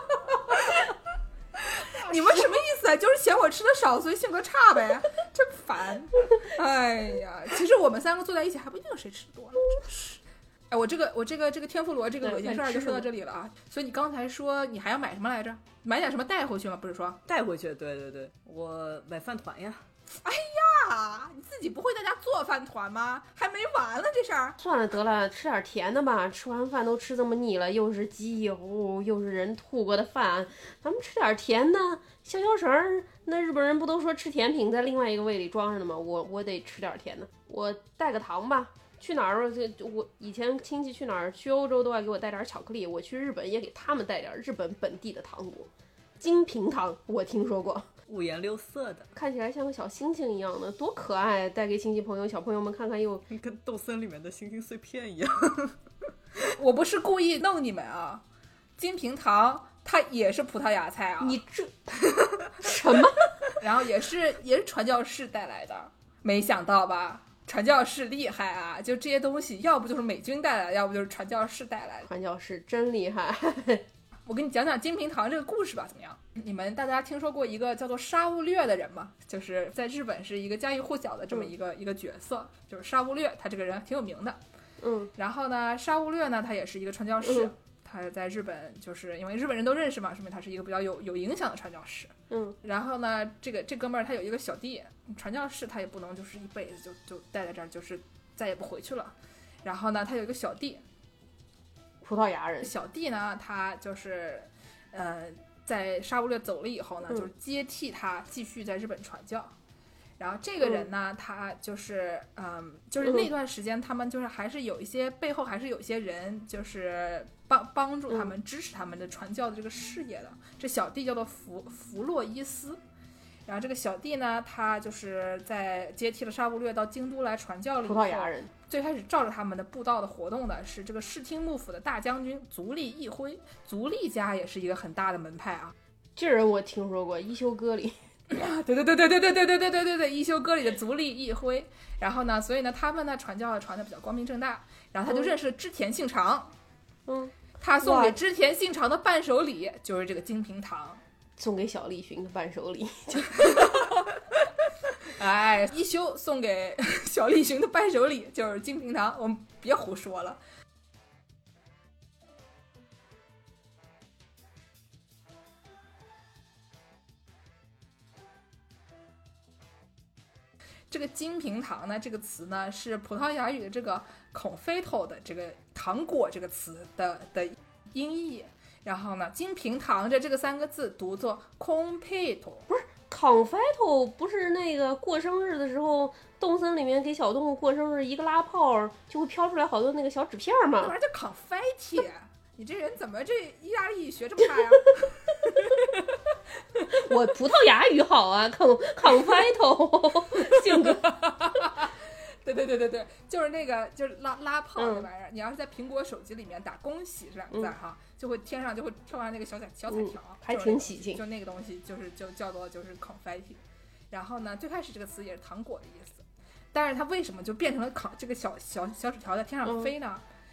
你们什么意思啊？就是嫌我吃的少，所以性格差呗？真烦！哎呀，其实我们三个坐在一起，还不一定谁吃多了，真是。哎，我这个我这个这个天妇罗这个恶心事儿就说到这里了啊。所以你刚才说你还要买什么来着？买点什么带回去吗？不是说带回去？对对对，我买饭团呀。 哎呀，你自己不会在家做饭团吗？还没完了这事儿。 算了得了，吃点甜的吧。吃完饭都吃这么腻了，又是鸡油，又是人吐过的饭，咱们吃点甜的消消食儿。那日本人不都说吃甜品在另外一个胃里装着呢吗？我我得吃点甜的，我带个糖吧。去哪儿？我以前亲戚去哪儿，去欧洲都爱给我带点巧克力。我去日本也给他们带点日本本地的糖果，金平糖我听说过， 五颜六色的， 看起来像个小星星一样的，多可爱！带给亲戚朋友、小朋友们看看又， 又跟豆森里面的星星碎片一样。 我不是故意弄你们啊，金平糖它也是葡萄牙菜啊。 你这什么？ 然后也是也是传教士带来的，没想到吧？传教士厉害啊！就这些东西，要不就是美军带来的，要不就是传教士带来的。 传教士真厉害！ 我跟你讲讲金平糖这个故事吧，怎么样？你们大家听说过一个叫做沙悟略的人吗？就是在日本是一个家喻户晓的这么一个、嗯、一个角色，就是沙悟略，他这个人挺有名的。 嗯。然后呢，沙悟略呢，他也是一个传教士。 嗯， 他在日本就是因为日本人都认识嘛，说明他是一个比较有有影响的传教士。 嗯， 然后呢，这个这哥们儿他有一个小弟，传教士他也不能就是一辈子就就待在这儿，就是再也不回去了。然后呢，他有一个小弟， 葡萄牙人。 小弟呢，他就是呃，在沙悟略走了以后呢， 嗯、 就是接替他继续在日本传教。然后这个人呢，嗯、他就是嗯，就是那段时间，他们就是还是有一些、嗯、背后还是有一些人，就是帮帮助他们、嗯、支持他们的传教的这个事业的。这小弟叫做弗弗洛伊斯。然后这个小弟呢，他就是在接替了沙悟略到京都来传教了以后， 葡萄牙人最开始照着他们的布道的活动的是这个室町幕府的大将军足利义辉。足利家也是一个很大的门派啊， 这人我听说过，一休哥里。 对对对对对对对对对对对对对，一休哥里的足利义辉。然后呢，所以呢，他们呢传教传的比较光明正大。然后他就认识了织田信长， 嗯， 他送给织田信长的伴手礼就是这个金平糖。 送给小栗旬的伴手礼。 哎，一休送给小栗旬的伴手礼就是金平糖，我们别胡说了。这个金平糖呢，这个词呢是葡萄牙语的这个 confeito 的这个糖果这个词的的音译。然后呢，金平糖这这个三个字读作 confeito。 不是 confeito， 不是那个过生日的时候动森里面给小动物过生日，一个拉炮就会飘出来好多那个小纸片吗？ 那玩意儿叫 confetti。 你这人怎么这意大利语学这么差呀？ 我葡萄牙语好啊 confeito 性格。 对对对对对，就是那个就是拉拉炮那玩意儿、嗯。你要是在苹果手机里面打恭喜这两个字哈、嗯，就会天上就会跳上那个小彩小彩条、嗯， 还挺喜庆。 就那个东西就是就叫做就是 confetti。然后呢，最开始这个词也是糖果的意思，但是它为什么就变成了烤这个小小小纸条在天上飞呢？嗯、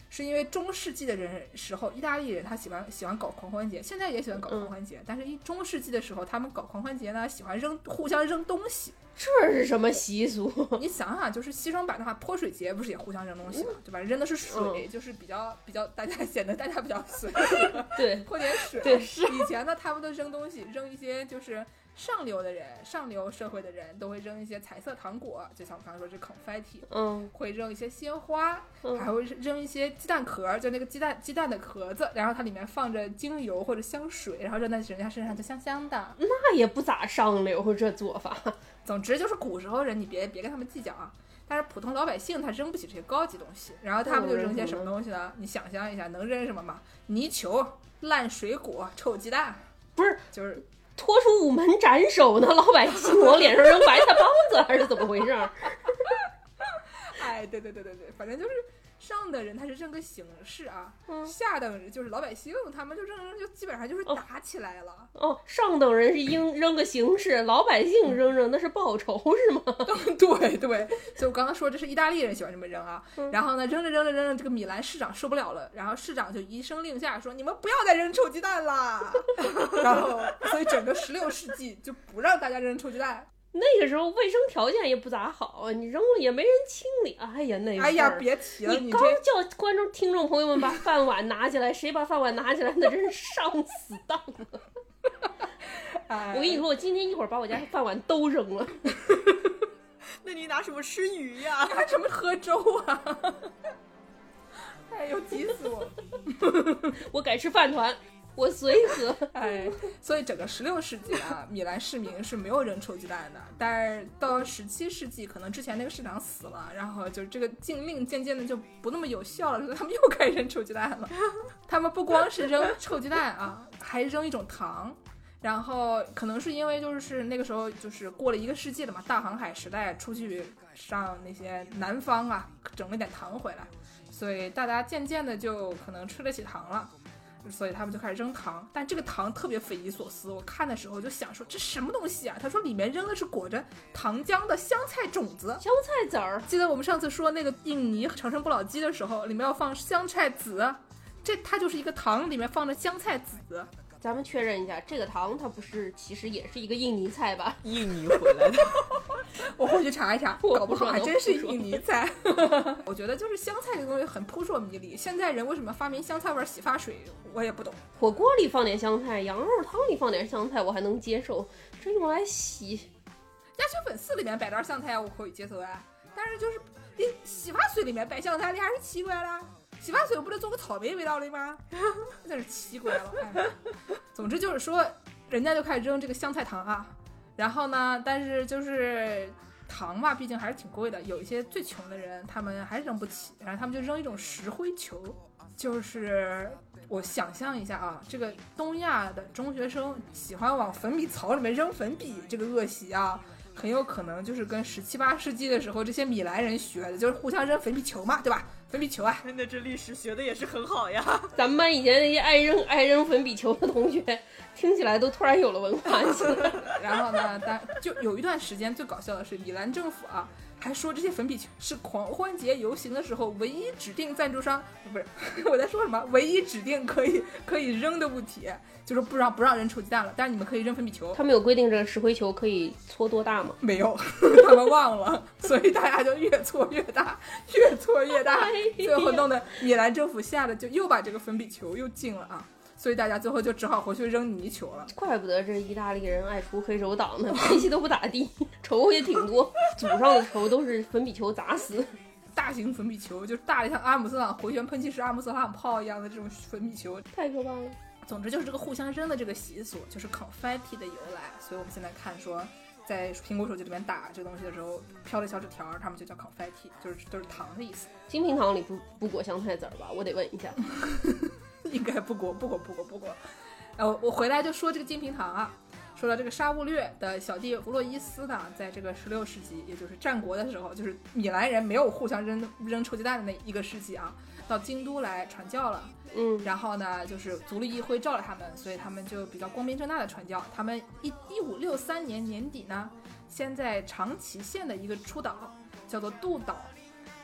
是因为中世纪的人时候，意大利人他喜欢喜欢搞狂欢节，现在也喜欢搞狂欢节，嗯、但是一中世纪的时候，他们搞狂欢节呢，喜欢扔互相扔东西。 这是什么习俗？ 你想想，就是西双版的话，泼水节不是也互相扔东西吗？对吧？扔的是水， 嗯、 就是比较比较大家显得大家比较随对， 泼点水。 对，是以前呢，他们都扔东西，扔一些就是上流的人、上流社会的人都会扔一些彩色糖果，就像我刚才说这 confetti， 嗯， 会扔一些鲜花， 嗯、 还会扔一些鸡蛋壳，就那个鸡蛋鸡蛋的壳子，然后它里面放着精油或者香水，然后扔在人家身上就香香的。 那也不咋上流，这做法。 总之就是古时候人，你别别跟他们计较啊。但是普通老百姓他扔不起这些高级东西，然后他们就扔些什么东西呢？你想象一下，能扔什么吗？泥球、烂水果、臭鸡蛋， 不是就是拖出午门斩首呢？老百姓往脸上扔白菜帮子还是怎么回事？ 哎，对对对对对，反正就是上等人他是扔个形式啊， 嗯、 下等人就是老百姓，他们就扔扔就基本上就是打起来了。 哦，哦上等人是扔扔个形式，老百姓扔扔那是报仇是吗？ 对对，所以我刚刚说这是意大利人喜欢这么扔啊。 嗯、 然后呢，扔着扔着扔着，这个米兰市长受不了了，然后市长就一声令下说：“你们不要再扔臭鸡蛋啦！”然后，所以整个十六世纪就不让大家扔臭鸡蛋。 那个时候卫生条件也不咋好啊，你扔了也没人清理。哎呀，那哎呀，别提了， 你刚叫观众听众朋友们把饭碗拿起来，谁把饭碗拿起来，那真是上死当了。 哎、 我跟你说，我今天一会儿把我家饭碗都扔了。 那你拿什么吃鱼呀、啊？ 拿什么喝粥啊？哎呦，急死我！ 我改吃饭团。我随和， 哎，所以整个十六世纪啊，米兰市民是没有扔臭鸡蛋的。但是到十七世纪，可能之前那个市长死了，然后就这个禁令渐渐的就不那么有效了，所以他们又开始扔臭鸡蛋了。他们不光是扔臭鸡蛋啊，还扔一种糖。然后可能是因为就是那个时候就是过了一个世纪了嘛，大航海时代出去上那些南方啊，整了点糖回来，所以大家渐渐的就可能吃得起糖了。所以他们就开始扔糖，但这个糖特别匪夷所思。我看的时候就想说，这什么东西啊？他说里面扔的是裹着糖浆的香菜种子、 香菜籽儿。 记得我们上次说那个印尼长生不老鸡的时候，里面要放香菜籽，这它就是一个糖，里面放着香菜籽。 咱们确认一下，这个糖它不是其实也是一个印尼菜吧？ 印尼回来的， 我回去查一查，搞不好还真是印尼菜。我觉得就是香菜这个东西很扑朔迷离，现在人为什么发明香菜味洗发水，我也不懂。 火锅里放点香菜，羊肉汤里放点香菜，我还能接受，这用来洗鸭血粉丝里面摆点香菜，我可以接受啊。但是就是你洗发水里面摆香菜，你还是奇怪啦。洗发水不得做个草莓味道的吗？真是奇怪了。哎，总之就是说，人家就开始扔这个香菜糖啊。然后呢，但是就是糖嘛，毕竟还是挺贵的。有一些最穷的人，他们还扔不起，然后他们就扔一种石灰球。就是我想象一下啊，这个东亚的中学生喜欢往粉笔槽里面扔粉笔，这个恶习啊。很有可能就是跟十七八世纪的时候这些米兰人学的，就是互相扔粉笔球嘛，对吧？粉笔球啊， 那这历史学的也是很好呀。 咱们班以前那些爱扔爱扔粉笔球的同学，听起来都突然有了文化起来。 然后呢，但就有一段时间最搞笑的是，米兰政府啊还说这些粉笔球是狂欢节游行的时候唯一指定赞助商，不是我在说什么？唯一指定可以可以扔的物体，就是不让不让扔臭鸡蛋了，但是你们可以扔粉笔球。 他们有规定这个石灰球可以搓多大吗？ 没有，他们忘了，所以大家就越搓越大，越搓越大，最后弄得米兰政府吓得就又把这个粉笔球又禁了啊。所以大家最后就只好回去扔泥球了。 怪不得这意大利人爱出黑手党呢，脾气都不咋地，仇也挺多，祖上的仇都是粉笔球砸死。 大型粉笔球就是大的像阿姆斯特朗回旋喷气式阿姆斯特朗炮一样的这种粉笔球， 太可怕了。 总之就是这个互相扔的这个习俗，就是 confetti 的由来。所以我们现在看说，在苹果手机里面打这东西的时候，飘的小纸条，他们就叫 confetti， 就是都是糖的意思。 金平糖里不不裹香菜籽儿吧？我得问一下。 应该不裹不裹不裹不裹。呃，我回来就说这个金平糖啊，说到这个沙勿略的小弟弗洛伊斯呢，在这个十六世纪，也就是战国的时候，就是米兰人没有互相扔扔臭鸡蛋的那一个世纪啊，到京都来传教了。 嗯， 然后呢，就是足利义辉召了他们，所以他们就比较光明正大的传教。他们一一五六三年年底呢，先在长崎县的一个出岛叫做渡岛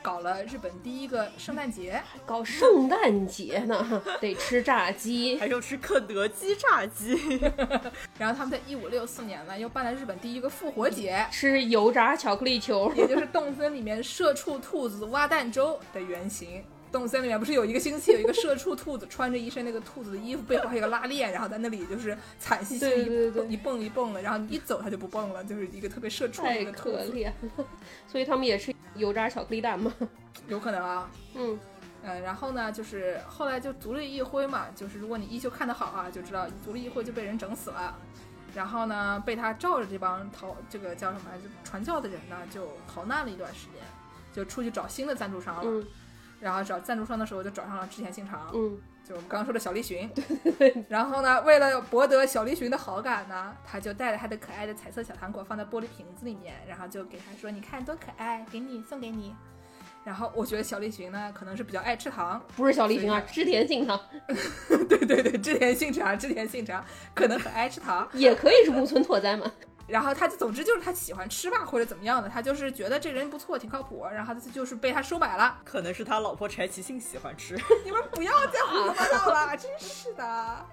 搞了日本第一个圣诞节， 搞圣诞节呢，得吃炸鸡， 还要吃肯德基炸鸡。 然后他们在一五六四年呢，又办了日本第一个复活节， 吃油炸巧克力球， 也就是动森里面社畜兔子挖蛋粥的原型。动森里面不是有一个星期有一个社畜兔子穿着一身那个兔子的衣服，背后还有个拉链，然后在那里就是惨兮兮一一蹦一蹦的，然后你一走它就不蹦了，就是一个特别社畜的一个兔子。 太可怜了。所以他们也吃油炸巧克力蛋吗？ 有可能啊。 嗯嗯，然后呢，就是后来就足利义辉嘛，就是如果你一休看得好啊，就知道足利义辉就被人整死了。然后呢，被他罩着这帮逃这个叫什么来着传教的人呢，就逃难了一段时间，就出去找新的赞助商了。 嗯， 然后找赞助商的时候就找上了织田信长， 嗯， 就我们刚刚说的小栗旬。然后呢，为了博得小栗旬的好感呢，他就带着他的可爱的彩色小糖果放在玻璃瓶子里面，然后就给他说：“你看多可爱，给你送给你。”然后我觉得小栗旬呢，可能是比较爱吃糖， 不是小栗旬啊，织田信长。 对对对，织田信长，织田信长可能很爱吃糖， 也可以是木村拓哉嘛。 然后他就总之就是他喜欢吃吧，或者怎么样的，他就是觉得这人不错，挺靠谱，然后他就是被他收买了。 可能是他老婆柴崎幸喜欢吃。 你们不要再胡说八道了，真是的。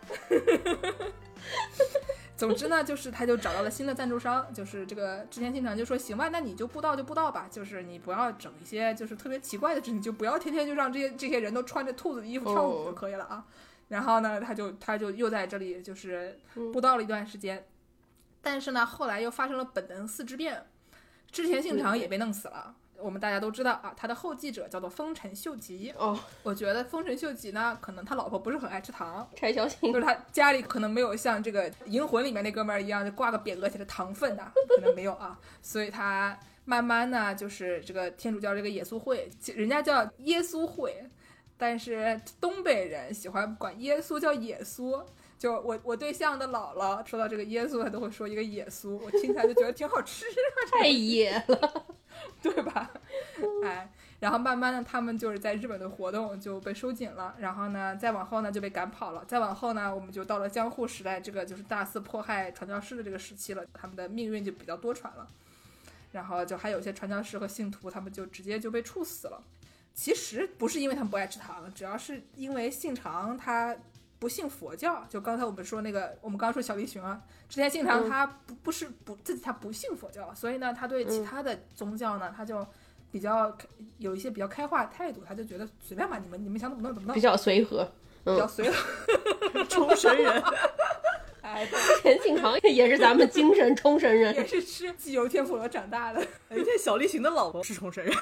总之呢，就是他就找到了新的赞助商，就是这个织田信长就说行吧，那你就布道就布道吧，就是你不要整一些就是特别奇怪的事情，你就不要天天就让这些这些人都穿着兔子的衣服跳舞就可以了啊。Oh. 然后呢，他就他就又在这里就是布道了一段时间。嗯，但是呢，后来又发生了本能寺之变，织田信长也被弄死了。我们大家都知道啊，他的后继者叫做丰臣秀吉。 哦， 我觉得丰臣秀吉呢，可能他老婆不是很爱吃糖， 柴小信就是他家里可能没有像这个《银魂》里面那哥们儿一样，就挂个匾额写着糖分的，可能没有啊。所以他慢慢呢，就是这个天主教这个耶稣会，人家叫耶稣会，但是东北人喜欢管耶稣叫耶稣。就我我对象的姥姥说到这个耶稣，他都会说一个耶稣，我听起来就觉得挺好吃啊， 太野了， 对吧？哎，然后慢慢的他们就是在日本的活动就被收紧了，然后呢，再往后呢就被赶跑了，再往后呢，我们就到了江户时代，这个就是大肆迫害传教士的这个时期了，他们的命运就比较多舛了，然后就还有一些传教士和信徒，他们就直接就被处死了。其实不是因为他们不爱吃糖，主要是因为信长他不信佛教，就刚才我们说那个，我们刚刚说小栗旬啊，织田信长他不不是不自己他不信佛教，所以呢，他对其他的宗教呢，他就比较有一些比较开化的态度，他就觉得随便吧，你们你们想怎么弄怎么弄， 比较随和， 嗯、比较随和， 冲绳人。 哎， 织田信长也是咱们精神冲绳人， 也是吃鸡油天妇罗长大的。 哎，这小栗旬的老婆是冲绳人。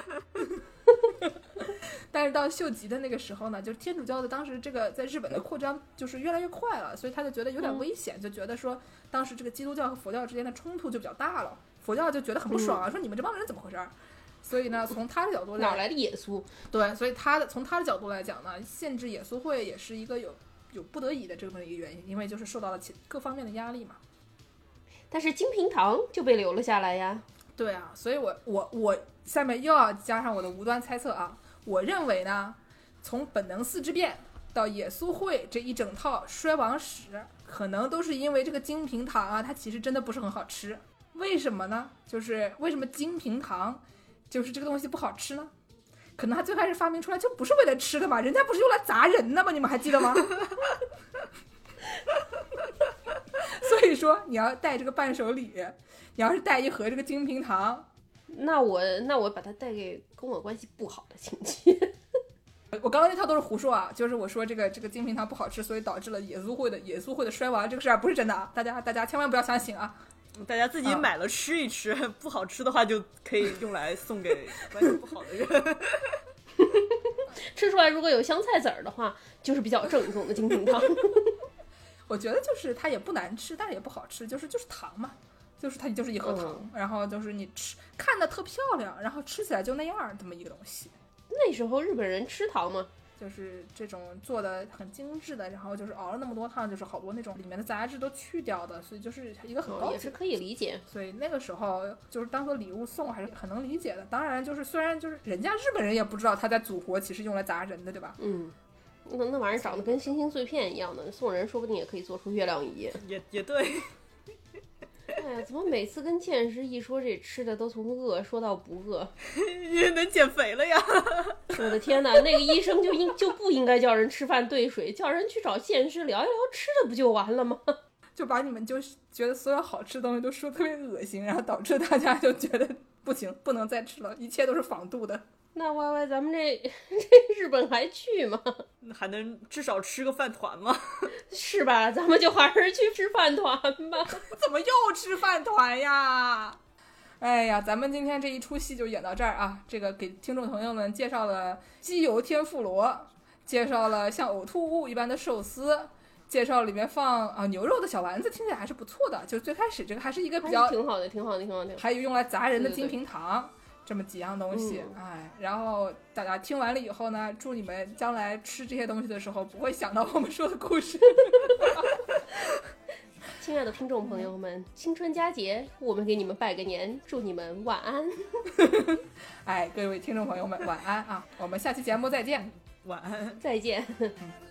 但是到秀吉的那个时候呢，就是天主教的当时这个在日本的扩张就是越来越快了，所以他就觉得有点危险，嗯、就觉得说当时这个基督教和佛教之间的冲突就比较大了，佛教就觉得很不爽啊，嗯、说你们这帮人怎么回事？所以呢，从他的角度来， 哪来的耶稣？ 对，所以他的从他的角度来讲呢，限制耶稣会也是一个有有不得已的这么一个原因，因为就是受到了各方面的压力嘛。 但是金平堂就被留了下来呀。 对啊，所以我我我下面又要加上我的无端猜测啊。我认为呢，从本能寺之变到耶稣会这一整套衰亡史，可能都是因为这个金平堂啊，它其实真的不是很好吃。为什么呢？就是为什么金平堂就是这个东西不好吃呢？可能它最开始发明出来就不是为了吃的嘛，人家不是用来砸人的吗？你们还记得吗？所以说你要带这个伴手礼，你要是带一盒这个金平堂， 那我那我把它带给跟我关系不好的亲戚。 我刚刚那套都是胡说啊，就是我说这个这个金平堂不好吃，所以导致了耶稣会的耶稣会的衰亡，这个事儿不是真的啊，大家大家千万不要相信啊。 大家自己买了吃一吃，啊、不好吃的话就可以用来送给关系不好的人。 吃出来如果有香菜籽儿的话，就是比较正宗的金平堂。 我觉得就是它也不难吃，但是也不好吃，就是就是糖嘛。就是它就是一盒糖、嗯、然后就是你吃看的特漂亮，然后吃起来就那样这么一个东西。 那时候日本人吃糖吗？ 就是这种做的很精致的，然后就是熬了那么多汤，就是好多那种里面的杂质都去掉的，所以就是一个很高级、哦、 也是可以理解。 所以那个时候就是当做礼物送还是很能理解的。当然就是虽然就是人家日本人也不知道他在祖国其实用来砸人的，对吧？ 嗯，那那玩意儿长得跟星星碎片一样的，送人说不定也可以做出月亮仪。 也也对。 哎呀，怎么每次跟剑师一说这吃的，都从饿说到不饿？ 因为能减肥了呀！ 我的天哪，那个医生就应就不应该叫人吃饭兑水，叫人去找剑师聊一聊吃的不就完了吗？ 就把你们就是觉得所有好吃的东西都说特别恶心，然后导致大家就觉得不行，不能再吃了，一切都是仿度的。 那 Y Y 咱们这这日本还去吗？ 还能至少吃个饭团吗？ 是吧？咱们就还是去吃饭团吧。 怎么又吃饭团呀？哎呀，咱们今天这一出戏就演到这儿啊！这个给听众朋友们介绍了鸡油天妇罗，介绍了像呕吐物一般的寿司，介绍里面放啊牛肉的小丸子，听起来还是不错的。就最开始这个还是一个比较挺好的，挺好的，挺好的。 还有用来砸人的金平糖。对对对，这么几样东西， 嗯、 哎，然后大家听完了以后呢，祝你们将来吃这些东西的时候不会想到我们说的故事。 亲爱的听众朋友们，新春佳节，我们给你们拜个年，祝你们晚安。 哎，各位听众朋友们，晚安啊！我们下期节目再见。 晚安， 再见。 嗯